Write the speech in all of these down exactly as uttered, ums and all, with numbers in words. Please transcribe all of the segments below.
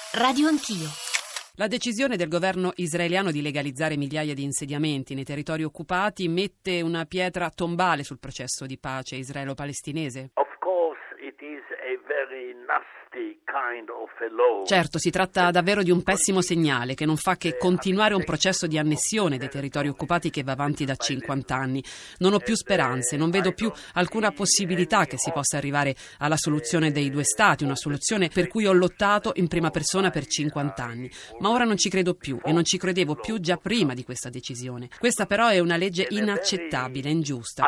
Radio Anch'io. La decisione del governo israeliano di legalizzare migliaia di insediamenti nei territori occupati mette una pietra tombale sul processo di pace israelo-palestinese? Certo, si tratta davvero di un pessimo segnale che non fa che continuare un processo di annessione dei territori occupati che va avanti da cinquanta anni. Non ho più speranze, non vedo più alcuna possibilità che si possa arrivare alla soluzione dei due stati, una soluzione per cui ho lottato in prima persona per cinquanta anni. Ma ora non ci credo più e non ci credevo più già prima di questa decisione. Questa però è una legge inaccettabile, ingiusta.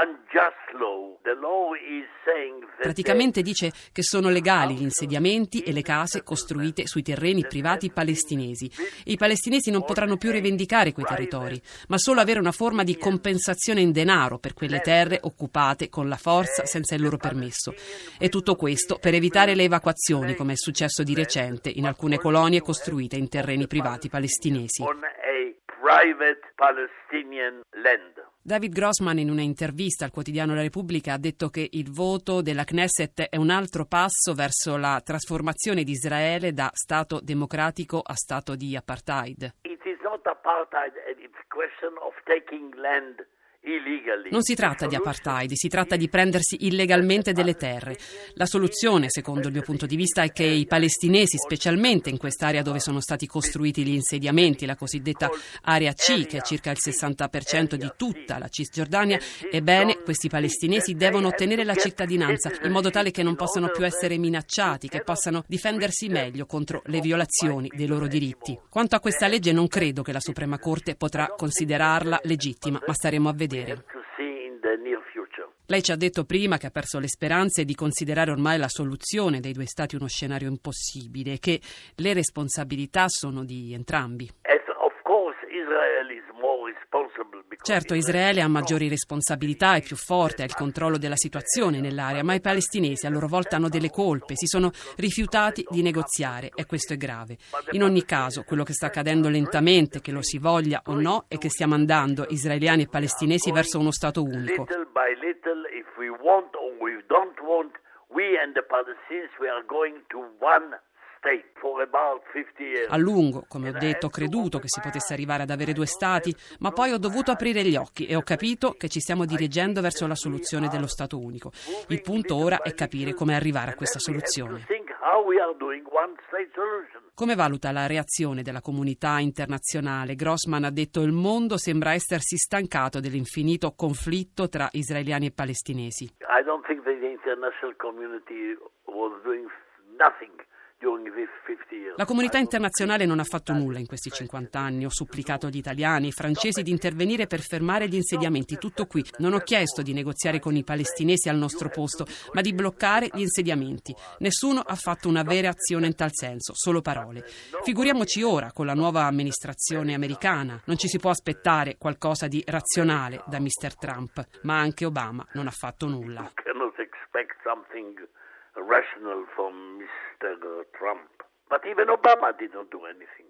Praticamente dice che sono legali gli insediamenti e le case costruite sui terreni privati palestinesi. I palestinesi non potranno più rivendicare quei territori, ma solo avere una forma di compensazione in denaro per quelle terre occupate con la forza senza il loro permesso. E tutto questo per evitare le evacuazioni, come è successo di recente in alcune colonie costruite in terreni privati palestinesi. David Grossman, in una intervista al quotidiano La Repubblica, ha detto che il voto della Knesset è un altro passo verso la trasformazione di Israele da Stato democratico a Stato di apartheid. It is not apartheid, it's a question of taking land. Non si tratta di apartheid, si tratta di prendersi illegalmente delle terre. La soluzione, secondo il mio punto di vista, è che i palestinesi, specialmente in quest'area dove sono stati costruiti gli insediamenti, la cosiddetta area C, che è circa il sessanta per cento di tutta la Cisgiordania, ebbene, questi palestinesi devono ottenere la cittadinanza in modo tale che non possano più essere minacciati, che possano difendersi meglio contro le violazioni dei loro diritti. Quanto a questa legge non credo che la Suprema Corte potrà considerarla legittima, ma staremo a vedere. Lei ci ha detto prima che ha perso le speranze di considerare ormai la soluzione dei due stati uno scenario impossibile e che le responsabilità sono di entrambi. Certo, Israele ha maggiori responsabilità, è più forte, ha il controllo della situazione nell'area, ma i palestinesi a loro volta hanno delle colpe, si sono rifiutati di negoziare e questo è grave. In ogni caso, quello che sta accadendo lentamente, che lo si voglia o no, è che stiamo andando, israeliani e palestinesi, verso uno Stato unico. A lungo, come ho detto, ho creduto che si potesse arrivare ad avere due stati, ma poi ho dovuto aprire gli occhi e ho capito che ci stiamo dirigendo verso la soluzione dello Stato unico. Il punto ora è capire come arrivare a questa soluzione. Come valuta la reazione della comunità internazionale? Grossman ha detto che il mondo sembra essersi stancato dell'infinito conflitto tra israeliani e palestinesi. I don't think that the international community was doing nothing. La comunità internazionale non ha fatto nulla in questi cinquanta anni. Ho supplicato agli italiani e ai francesi di intervenire per fermare gli insediamenti. Tutto qui. Non ho chiesto di negoziare con i palestinesi al nostro posto, ma di bloccare gli insediamenti. Nessuno ha fatto una vera azione in tal senso, solo parole. Figuriamoci ora con la nuova amministrazione americana. Non ci si può aspettare qualcosa di razionale da mister Trump, ma anche Obama non ha fatto nulla. Rational from mister Trump. But even Obama did not do anything.